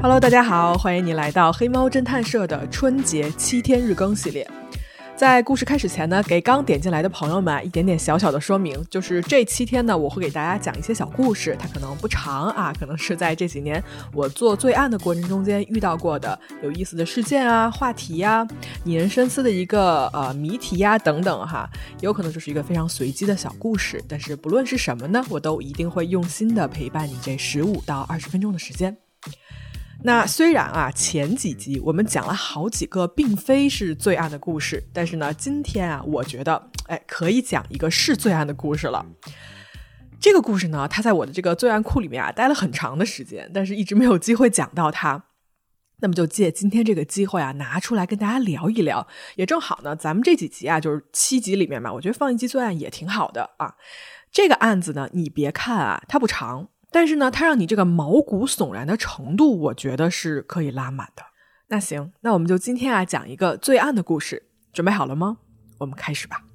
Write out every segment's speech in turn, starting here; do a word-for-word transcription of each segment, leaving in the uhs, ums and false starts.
Hello， 大家好，欢迎你来到黑猫侦探社的春节七天日更系列。在故事开始前呢，给刚点进来的朋友们一点点小小的说明，就是这七天呢，我会给大家讲一些小故事，它可能不长啊，可能是在这几年我做罪案的过程中间遇到过的有意思的事件啊、话题啊、引人深思的一个呃谜题呀、啊、等等哈，有可能就是一个非常随机的小故事，但是不论是什么呢，我都一定会用心的陪伴你这十五到二十分钟的时间。那虽然啊前几集我们讲了好几个并非是罪案的故事，但是呢今天啊我觉得哎可以讲一个是罪案的故事了。这个故事呢它在我的这个罪案库里面啊待了很长的时间，但是一直没有机会讲到它，那么就借今天这个机会啊拿出来跟大家聊一聊，也正好呢咱们这几集啊就是七集里面嘛，我觉得放一集罪案也挺好的啊。这个案子呢你别看啊它不长，但是呢它让你这个毛骨悚然的程度我觉得是可以拉满的。那行，那我们就今天啊讲一个罪案的故事，准备好了吗？我们开始吧。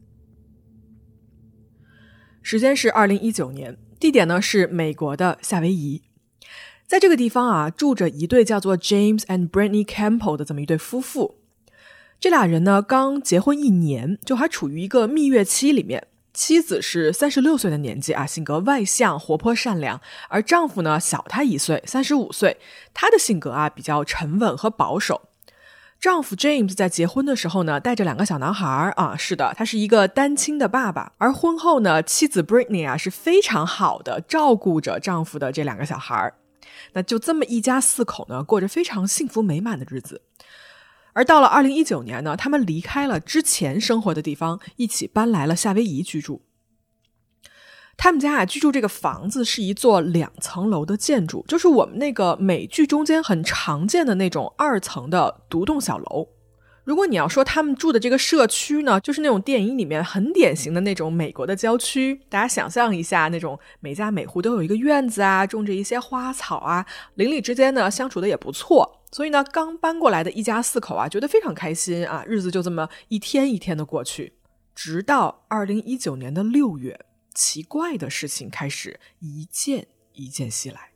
时间是二零一九年，地点呢是美国的夏威夷。在这个地方啊住着一对叫做 James and Brittany Campbell 的这么一对夫妇。这俩人呢刚结婚一年，就还处于一个蜜月期里面。妻子是三十六岁的年纪啊，性格外向活泼善良，而丈夫呢小她一岁，三十五岁，他的性格啊比较沉稳和保守。丈夫 James 在结婚的时候呢带着两个小男孩啊，是的，他是一个单亲的爸爸。而婚后呢妻子 Brittany 啊是非常好的照顾着丈夫的这两个小孩，那就这么一家四口呢过着非常幸福美满的日子。而到了二零一九年呢，他们离开了之前生活的地方，一起搬来了夏威夷居住。他们家啊居住这个房子是一座两层楼的建筑，就是我们那个美剧中间很常见的那种二层的独栋小楼。如果你要说他们住的这个社区呢，就是那种电影里面很典型的那种美国的郊区，大家想象一下，那种每家每户都有一个院子啊，种着一些花草啊，邻里之间呢相处的也不错。所以呢刚搬过来的一家四口啊觉得非常开心啊，日子就这么一天一天的过去。直到二零一九年的六月，奇怪的事情开始一件一件袭来。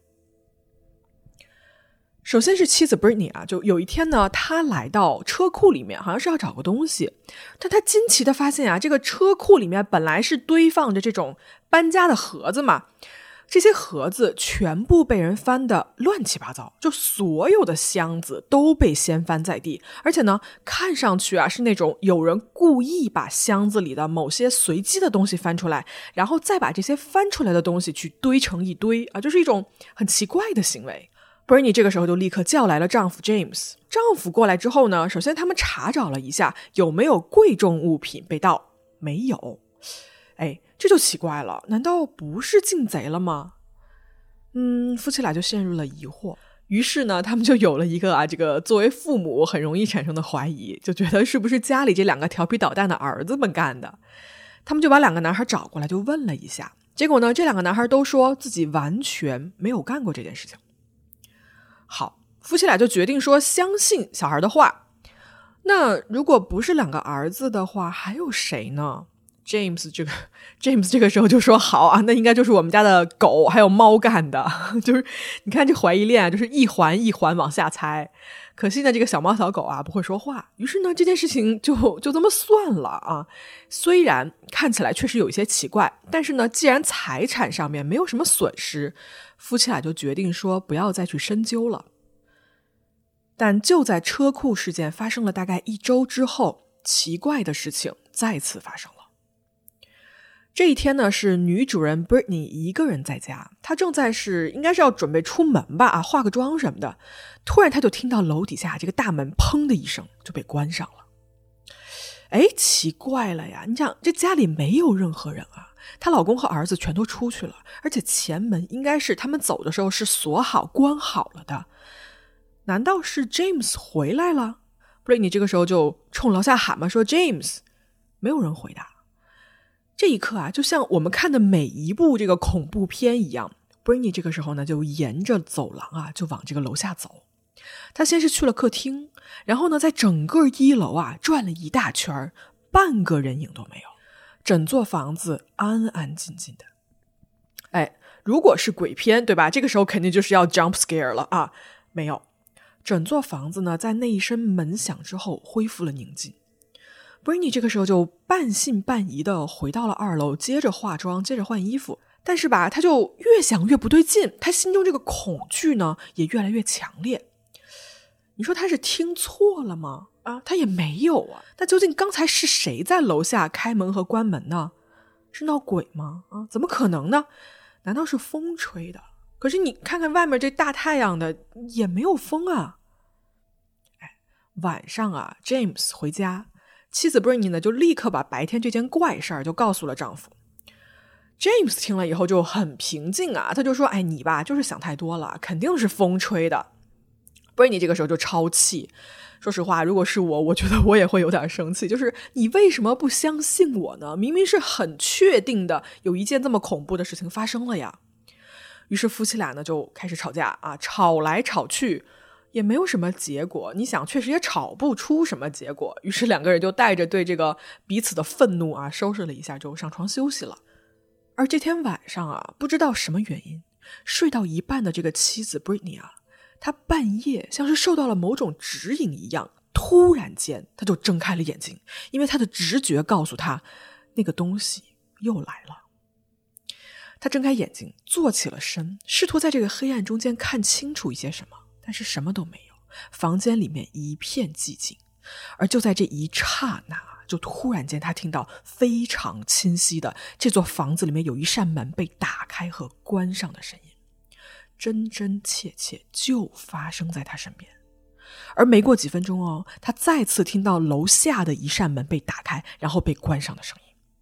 首先是妻子 Brittany 啊，就有一天呢她来到车库里面，好像是要找个东西，但她惊奇的发现啊，这个车库里面本来是堆放着这种搬家的盒子嘛，这些盒子全部被人翻得乱七八糟，就所有的箱子都被掀翻在地，而且呢看上去啊是那种有人故意把箱子里的某些随机的东西翻出来，然后再把这些翻出来的东西去堆成一堆啊，就是一种很奇怪的行为。Brittany 这个时候就立刻叫来了丈夫 James。 丈夫过来之后呢，首先他们查找了一下有没有贵重物品被盗，没有。哎，这就奇怪了，难道不是进贼了吗？嗯，夫妻俩就陷入了疑惑。于是呢他们就有了一个啊这个作为父母很容易产生的怀疑，就觉得是不是家里这两个调皮捣蛋的儿子们干的。他们就把两个男孩找过来，就问了一下，结果呢这两个男孩都说自己完全没有干过这件事情。好，夫妻俩就决定说相信小孩的话。那如果不是两个儿子的话，还有谁呢？ James 这个 James 这个时候就说好啊，那应该就是我们家的狗还有猫干的。就是你看这怀疑链啊，就是一环一环往下猜。可惜呢这个小猫小狗啊不会说话，于是呢这件事情就就这么算了啊。虽然看起来确实有一些奇怪，但是呢既然财产上面没有什么损失，夫妻俩就决定说不要再去深究了。但就在车库事件发生了大概一周之后，奇怪的事情再次发生了。这一天呢是女主人 Brittany 一个人在家，她正在是应该是要准备出门吧啊，化个妆什么的。突然她就听到楼底下这个大门砰的一声就被关上了。哎，奇怪了呀，你想这家里没有任何人啊，她老公和儿子全都出去了，而且前门应该是他们走的时候是锁好关好了的。难道是 James 回来了？ Brittany 这个时候就冲楼下喊嘛，说 James。 没有人回答。这一刻啊就像我们看的每一部这个恐怖片一样， Brittany 这个时候呢就沿着走廊啊就往这个楼下走。他先是去了客厅，然后呢在整个一楼啊转了一大圈，半个人影都没有，整座房子安安静静的。哎，如果是鬼片对吧，这个时候肯定就是要 jump scare 了啊。 没有，整座房子呢在那一声门响之后恢复了宁静。Britney 这个时候就半信半疑的回到了二楼，接着化妆，接着换衣服。但是吧，他就越想越不对劲，他心中这个恐惧呢也越来越强烈。你说他是听错了吗？啊，他也没有啊。那究竟刚才是谁在楼下开门和关门呢？是闹鬼吗？啊，怎么可能呢？难道是风吹的？可是你看看外面这大太阳的，也没有风啊。哎，晚上啊 James 回家，妻子 Britney 呢就立刻把白天这件怪事儿就告诉了丈夫。James 听了以后就很平静啊，他就说，哎，你吧就是想太多了，肯定是风吹的。Britney 这个时候就超气，说实话，如果是我，我觉得我也会有点生气，就是你为什么不相信我呢？明明是很确定的有一件这么恐怖的事情发生了呀。于是夫妻俩呢就开始吵架啊，吵来吵去也没有什么结果，你想确实也吵不出什么结果，于是两个人就带着对这个彼此的愤怒啊收拾了一下就上床休息了。而这天晚上啊，不知道什么原因，睡到一半的这个妻子 Britney 啊，她半夜像是受到了某种指引一样，突然间她就睁开了眼睛，因为她的直觉告诉她那个东西又来了。她睁开眼睛，坐起了身，试图在这个黑暗中间看清楚一些什么，但是什么都没有，房间里面一片寂静。而就在这一刹那，就突然间她听到非常清晰的这座房子里面有一扇门被打开和关上的声音，真真切切就发生在她身边。而没过几分钟哦，她再次听到楼下的一扇门被打开然后被关上的声音。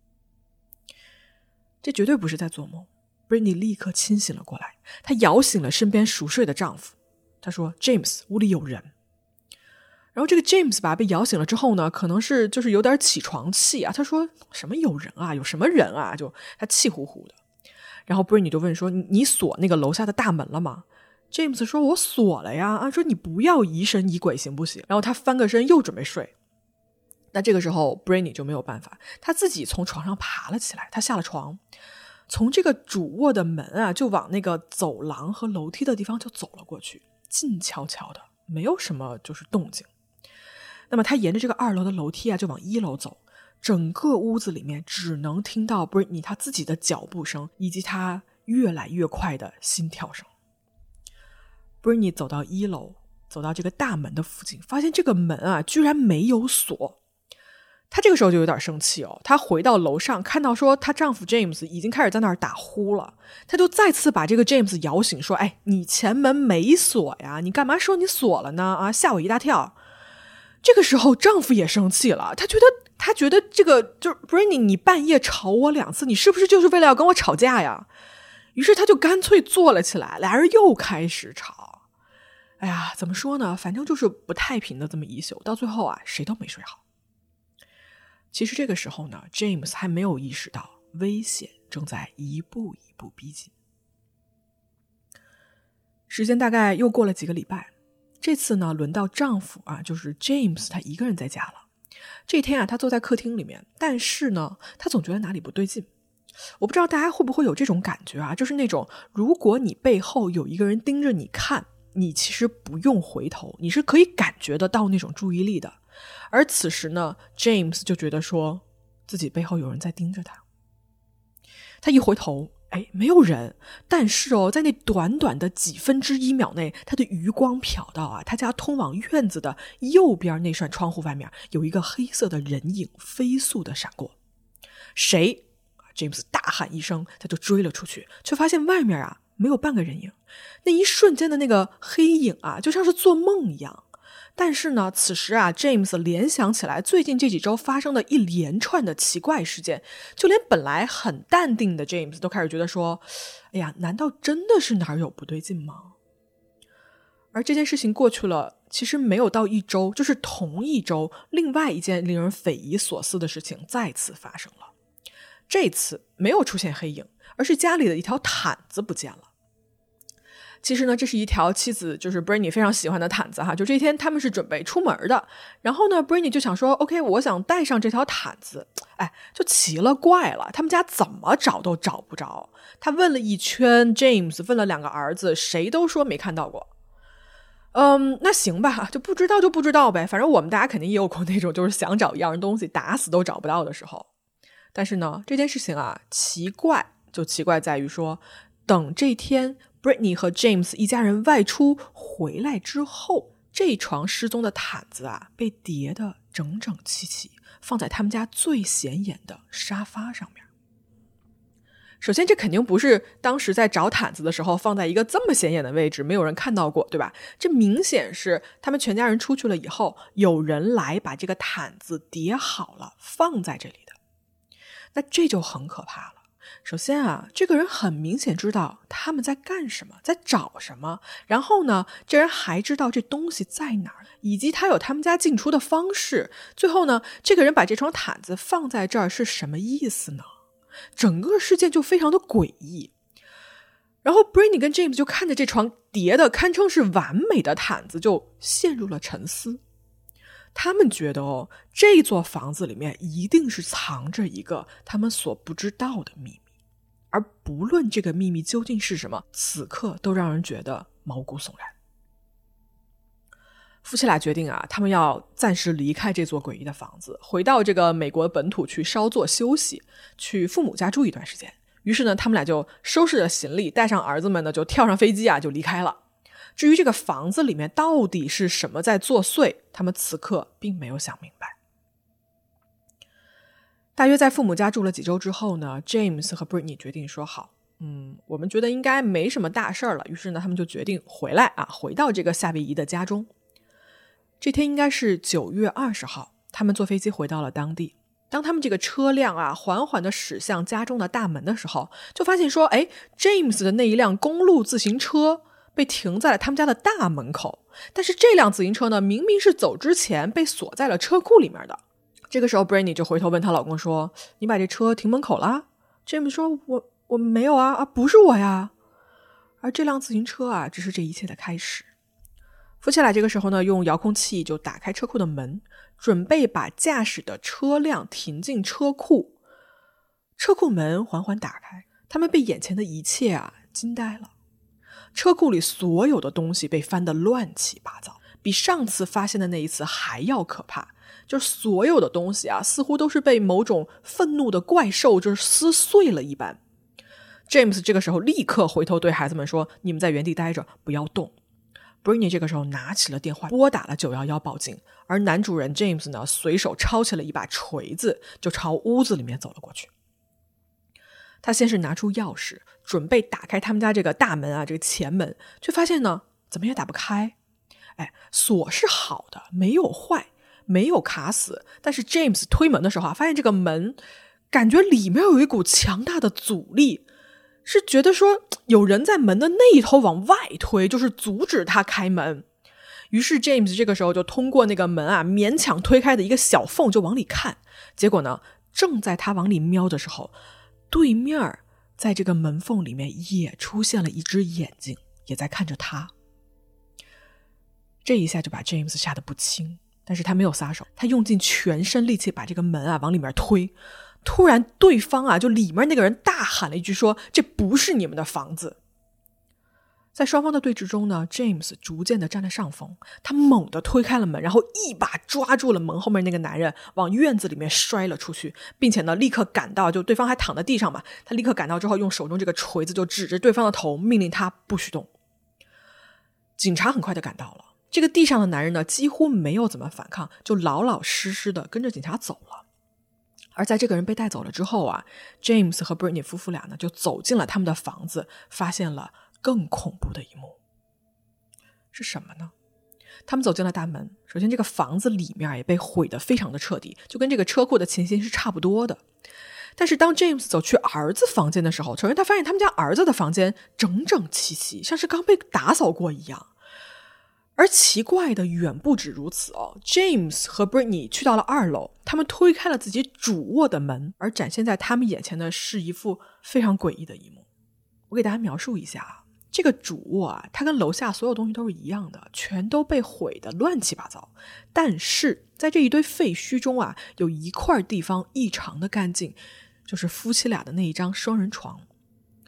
这绝对不是在做梦。 Britney 立刻清醒了过来，她摇醒了身边熟睡的丈夫，她说 James 屋里有人。然后这个 James 吧被摇醒了之后呢，可能是就是有点起床气啊，他说什么有人啊，有什么人啊，就他气呼呼的。然后 Britney 就问说，你锁那个楼下的大门了吗？ James 说我锁了呀，啊，说你不要疑神疑鬼行不行？然后他翻个身又准备睡。那这个时候 Britney 就没有办法，他自己从床上爬了起来，他下了床，从这个主卧的门啊就往那个走廊和楼梯的地方就走了过去，静悄悄的，没有什么就是动静。那么他沿着这个二楼的楼梯啊就往一楼走，整个屋子里面只能听到 Britney 她自己的脚步声以及她越来越快的心跳声。 Britney 走到一楼，走到这个大门的附近，发现这个门啊居然没有锁。她这个时候就有点生气哦，她回到楼上看到说她丈夫 James 已经开始在那儿打呼了，她就再次把这个 James 摇醒，说，哎，你前门没锁呀，你干嘛说你锁了呢？啊，吓我一大跳。这个时候丈夫也生气了，他觉得他觉得这个就是 Britney 你半夜吵我两次，你是不是就是为了要跟我吵架呀？于是他就干脆坐了起来，俩人又开始吵。哎呀，怎么说呢，反正就是不太平的这么一宿，到最后啊谁都没睡好。其实这个时候呢 James 还没有意识到危险正在一步一步逼近。时间大概又过了几个礼拜，这次呢轮到丈夫啊，就是 James 他一个人在家了。这天啊他坐在客厅里面，但是呢他总觉得哪里不对劲。我不知道大家会不会有这种感觉啊，就是那种如果你背后有一个人盯着你看，你其实不用回头，你是可以感觉得到那种注意力的。而此时呢 James 就觉得说自己背后有人在盯着他。他一回头，哎，没有人，但是哦，在那短短的几分之一秒内，他的余光瞟到啊，他家通往院子的右边那扇窗户外面有一个黑色的人影飞速的闪过。谁？ James 大喊一声，他就追了出去，却发现外面啊没有半个人影。那一瞬间的那个黑影啊，就像是做梦一样。但是呢，此时啊 James 联想起来最近这几周发生的一连串的奇怪事件，就连本来很淡定的 James 都开始觉得说，哎呀，难道真的是哪儿有不对劲吗？而这件事情过去了，其实没有到一周，就是同一周，另外一件令人匪夷所思的事情再次发生了。这次没有出现黑影，而是家里的一条毯子不见了。其实呢，这是一条妻子就是 Britney 非常喜欢的毯子哈，就这天他们是准备出门的，然后呢 Britney 就想说 OK 我想带上这条毯子，哎，就奇了怪了，他们家怎么找都找不着，他问了一圈 James 问了两个儿子，谁都说没看到过。 嗯，那行吧，就不知道就不知道呗，反正我们大家肯定也有过那种就是想找一样东西打死都找不到的时候。但是呢，这件事情啊，奇怪就奇怪在于说，等这天 Britney 和 James 一家人外出回来之后，这床失踪的毯子啊，被叠得整整齐齐，放在他们家最显眼的沙发上面。首先这肯定不是当时在找毯子的时候放在一个这么显眼的位置，没有人看到过，对吧？这明显是他们全家人出去了以后，有人来把这个毯子叠好了放在这里的。那这就很可怕了。首先啊，这个人很明显知道他们在干什么，在找什么，然后呢，这人还知道这东西在哪儿，以及他有他们家进出的方式。最后呢，这个人把这床毯子放在这儿是什么意思呢？整个事件就非常的诡异。然后 Britney 跟 James 就看着这床叠的堪称是完美的毯子，就陷入了沉思。他们觉得哦，这座房子里面一定是藏着一个他们所不知道的秘密，而不论这个秘密究竟是什么，此刻都让人觉得毛骨悚然。夫妻俩决定啊，他们要暂时离开这座诡异的房子，回到这个美国本土去稍作休息，去父母家住一段时间。于是呢，他们俩就收拾着行李，带上儿子们呢，就跳上飞机啊，就离开了。至于这个房子里面到底是什么在作祟，他们此刻并没有想明白。大约在父母家住了几周之后呢， James 和 Britney 决定说好，嗯，我们觉得应该没什么大事了。于是呢，他们就决定回来啊，回到这个夏威夷的家中。这天应该是九月二十号，他们坐飞机回到了当地。当他们这个车辆啊缓缓地驶向家中的大门的时候，就发现说，哎 ，James 的那一辆公路自行车被停在了他们家的大门口。但是这辆自行车呢，明明是走之前被锁在了车库里面的。这个时候 Britney 就回头问她老公说，你把这车停门口了？ James 说，我我没有啊，啊不是我呀。而这辆自行车啊，只是这一切的开始。夫妻俩这个时候呢，用遥控器就打开车库的门，准备把驾驶的车辆停进车库。车库门缓缓打开，他们被眼前的一切啊惊呆了。车库里所有的东西被翻得乱七八糟，比上次发现的那一次还要可怕。就是所有的东西啊，似乎都是被某种愤怒的怪兽就是撕碎了一般。James 这个时候立刻回头对孩子们说，你们在原地待着，不要动。Britney 这个时候拿起了电话，拨打了九一一报警，而男主人 James 呢，随手抄起了一把锤子，就朝屋子里面走了过去。他先是拿出钥匙，准备打开他们家这个大门啊，这个前门，却发现呢，怎么也打不开。哎，锁是好的，没有坏，没有卡死，但是 James 推门的时候啊，发现这个门感觉里面有一股强大的阻力，是觉得说有人在门的那一头往外推，就是阻止他开门。于是 James 这个时候就通过那个门啊勉强推开的一个小缝就往里看，结果呢，正在他往里瞄的时候，对面在这个门缝里面也出现了一只眼睛，也在看着他。这一下就把 James 吓得不轻，但是他没有撒手，他用尽全身力气把这个门啊往里面推。突然对方啊就里面那个人大喊了一句说，这不是你们的房子。在双方的对峙中呢， James 逐渐的占了上风，他猛地推开了门，然后一把抓住了门后面那个男人，往院子里面摔了出去，并且呢立刻赶到，就对方还躺在地上嘛，他立刻赶到之后用手中这个锤子就指着对方的头，命令他不许动。警察很快的赶到了，这个地上的男人呢几乎没有怎么反抗，就老老实实的跟着警察走了。而在这个人被带走了之后啊， James 和 Britney 夫妇俩呢就走进了他们的房子，发现了更恐怖的一幕。是什么呢？他们走进了大门，首先这个房子里面也被毁得非常的彻底，就跟这个车库的情形是差不多的。但是当 James 走去儿子房间的时候，首先他发现他们家儿子的房间整整齐齐，像是刚被打扫过一样。而奇怪的远不止如此哦 ，James 和 Britney 去到了二楼，他们推开了自己主卧的门，而展现在他们眼前的是一幅非常诡异的一幕。我给大家描述一下啊，这个主卧啊，它跟楼下所有东西都是一样的，全都被毁得乱七八糟。但是在这一堆废墟中啊，有一块地方异常的干净，就是夫妻俩的那一张双人床。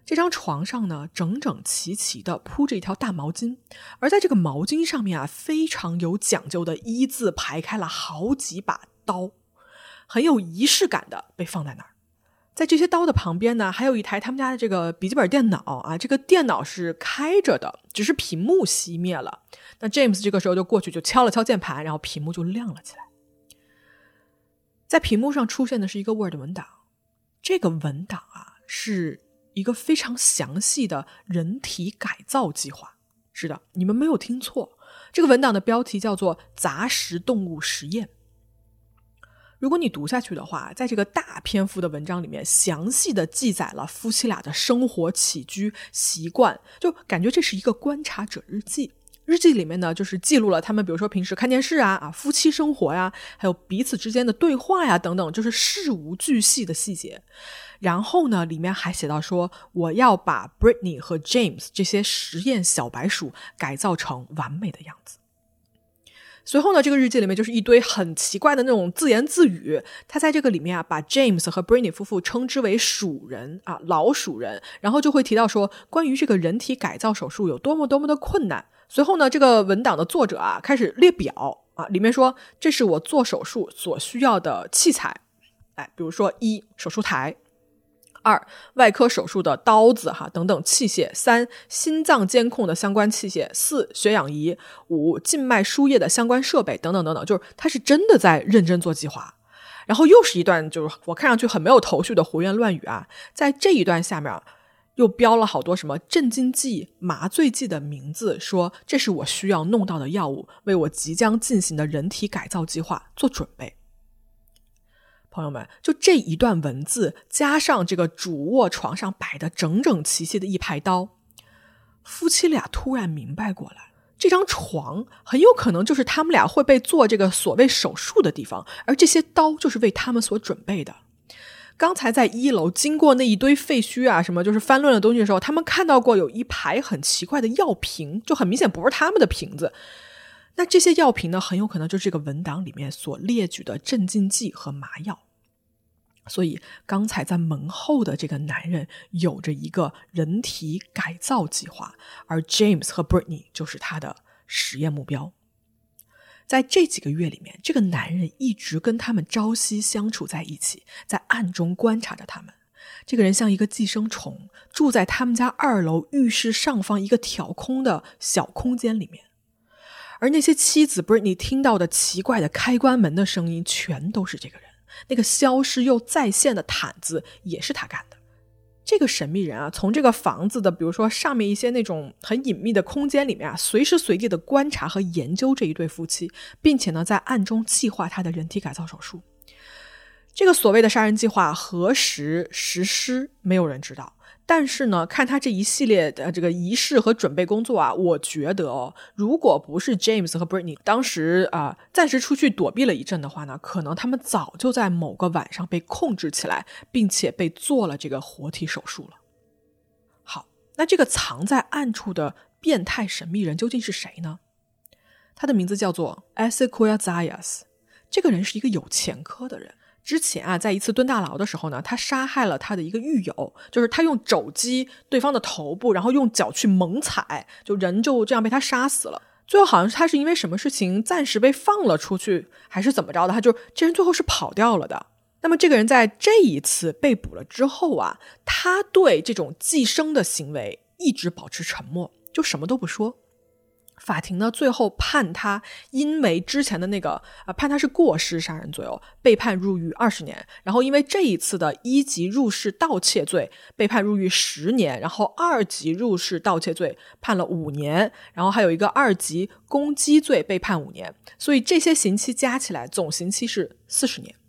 这张床上呢，整整齐齐地铺着一条大毛巾，而在这个毛巾上面啊，非常有讲究的一字排开了好几把刀，很有仪式感的被放在那儿。在这些刀的旁边呢，还有一台他们家的这个笔记本电脑啊，这个电脑是开着的，只是屏幕熄灭了。那 James 这个时候就过去就敲了敲键盘，然后屏幕就亮了起来。在屏幕上出现的是一个 Word 文档，这个文档啊是一个非常详细的人体改造计划。是的，你们没有听错，这个文档的标题叫做杂食动物实验。如果你读下去的话，在这个大篇幅的文章里面详细的记载了夫妻俩的生活起居习惯，就感觉这是一个观察者日记。日记里面呢，就是记录了他们比如说平时看电视啊啊夫妻生活呀，还有彼此之间的对话呀等等，就是事无巨细的细节。然后呢，里面还写到说，我要把 Brittany 和 James 这些实验小白鼠改造成完美的样子。随后呢，这个日记里面就是一堆很奇怪的那种自言自语。他在这个里面啊，把 James 和 Brittany 夫妇称之为鼠人啊，老鼠人，然后就会提到说，关于这个人体改造手术有多么多么的困难。随后呢，这个文档的作者啊开始列表啊，里面说这是我做手术所需要的器材，哎，比如说一手术台，二外科手术的刀子哈等等器械，三心脏监控的相关器械，四血氧仪，五静脉输液的相关设备等等等等，就是他是真的在认真做计划。然后又是一段就是我看上去很没有头绪的胡言乱语啊，在这一段下面又标了好多什么镇静剂、麻醉剂的名字，说这是我需要弄到的药物，为我即将进行的人体改造计划做准备。朋友们，就这一段文字加上这个主卧床上摆的整整齐齐的一排刀，夫妻俩突然明白过来，这张床很有可能就是他们俩会被做这个所谓手术的地方，而这些刀就是为他们所准备的。刚才在一楼经过那一堆废墟啊什么就是翻乱的东西的时候，他们看到过有一排很奇怪的药瓶，就很明显不是他们的瓶子。那这些药瓶呢，很有可能就是这个文档里面所列举的镇静剂和麻药。所以刚才在门后的这个男人有着一个人体改造计划，而 James 和 Brittany 就是他的实验目标。在这几个月里面，这个男人一直跟他们朝夕相处在一起，在暗中观察着他们。这个人像一个寄生虫，住在他们家二楼浴室上方一个挑空的小空间里面。而那些妻子 Brittany 听到的奇怪的开关门的声音全都是这个人，那个消失又再现的毯子也是他干的。这个神秘人啊，从这个房子的比如说上面一些那种很隐秘的空间里面啊，随时随地的观察和研究这一对夫妻，并且呢在暗中计划他的人体改造手术。这个所谓的杀人计划何时实施没有人知道，但是呢看他这一系列的这个仪式和准备工作啊，我觉得哦，如果不是 James 和 Brittany 当时啊、呃、暂时出去躲避了一阵的话呢，可能他们早就在某个晚上被控制起来，并且被做了这个活体手术了。好，那这个藏在暗处的变态神秘人究竟是谁呢？他的名字叫做 Ezequiel Zayas， 这个人是一个有前科的人。之前啊，在一次蹲大牢的时候呢，他杀害了他的一个狱友，就是他用肘击对方的头部，然后用脚去猛踩，就人就这样被他杀死了。最后好像是他是因为什么事情暂时被放了出去，还是怎么着的，他就这人最后是跑掉了的。那么这个人在这一次被捕了之后啊，他对这种寄生的行为一直保持沉默，就什么都不说。法庭呢最后判他因为之前的那个、呃、判他是过失杀人罪哦，被判入狱二十年，然后因为这一次的一级入室盗窃罪被判入狱十年，然后二级入室盗窃罪判了五年，然后还有一个二级攻击罪被判五年，所以这些刑期加起来总刑期是四十年。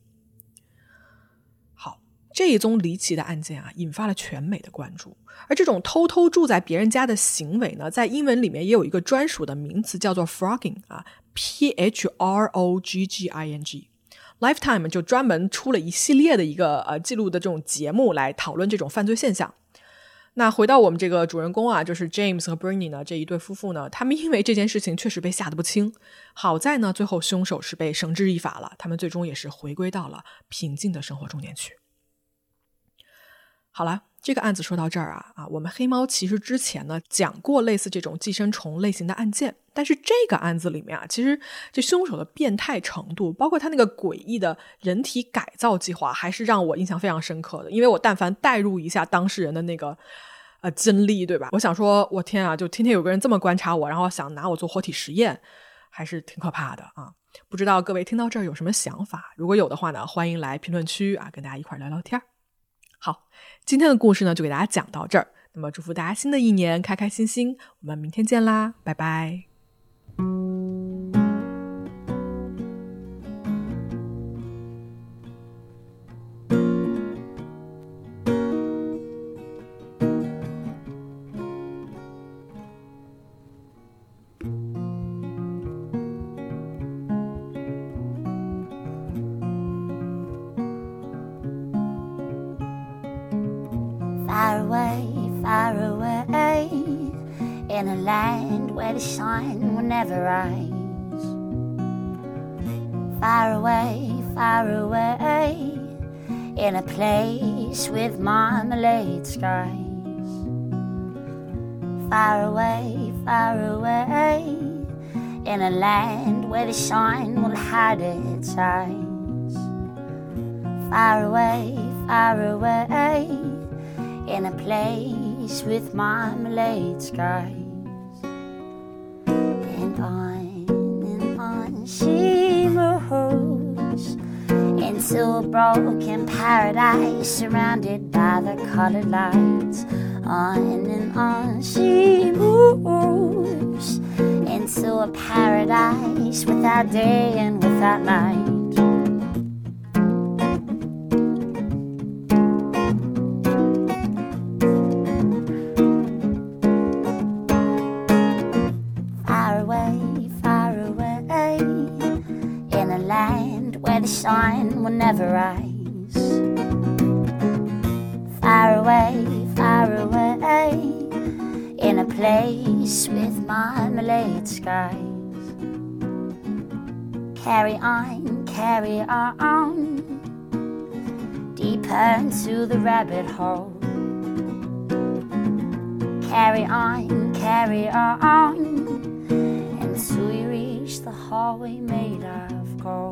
好，这一宗离奇的案件啊，引发了全美的关注。而这种偷偷住在别人家的行为呢，在英文里面也有一个专属的名词叫做 frogging 啊 P H R O G G I N G。 Lifetime 就专门出了一系列的一个呃记录的这种节目来讨论这种犯罪现象。那回到我们这个主人公啊，就是 James 和 Brittany 呢这一对夫妇呢，他们因为这件事情确实被吓得不轻，好在呢最后凶手是被绳之以法了，他们最终也是回归到了平静的生活中间去。好了， 这个案子说到这儿啊啊，我们黑猫其实之前呢讲过类似这种寄生虫类型的案件，但是这个案子里面啊，其实这凶手的变态程度，包括他那个诡异的人体改造计划，还是让我印象非常深刻的。因为我但凡代入一下当事人的那个呃经历，对吧？我想说，我天啊，就天天有个人这么观察我，然后想拿我做活体实验，还是挺可怕的啊。不知道各位听到这儿有什么想法？如果有的话呢，欢迎来评论区啊，跟大家一块聊聊天。好，今天的故事呢就给大家讲到这儿。那么祝福大家新的一年开开心心，我们明天见啦，拜拜。 Far away, far away, in a land where the sun will never rise. Far away, far away, in a place with marmalade skies. Far away, far away, in a land where the sun will hide its eyes. Far away, far away, in a place with marmalade skies. And on and on she moves into a broken paradise surrounded by the colored lights. On and on she moves into a paradise without day and without night. Where the sun will never rise. Far away, far away, in a place with marmalade skies. Carry on, carry on, deeper into the rabbit hole. Carry on, carry on, until you reach the hallway made of gold.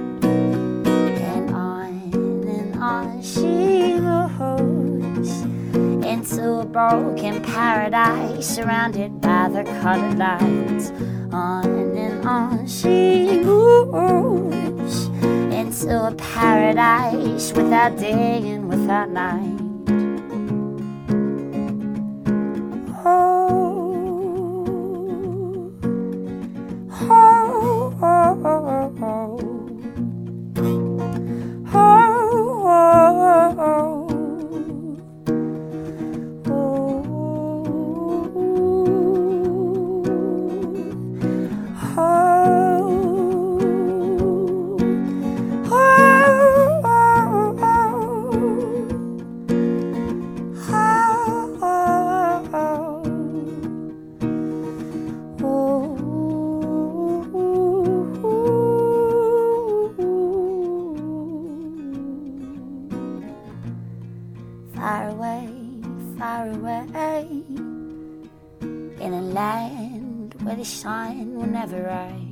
On she moves into a broken paradise surrounded by the colored lights. On and on she moves into a paradise without day and without night. Oh, oh, oh, oh, oh. Far away, far away, in a land where the sun will never rise.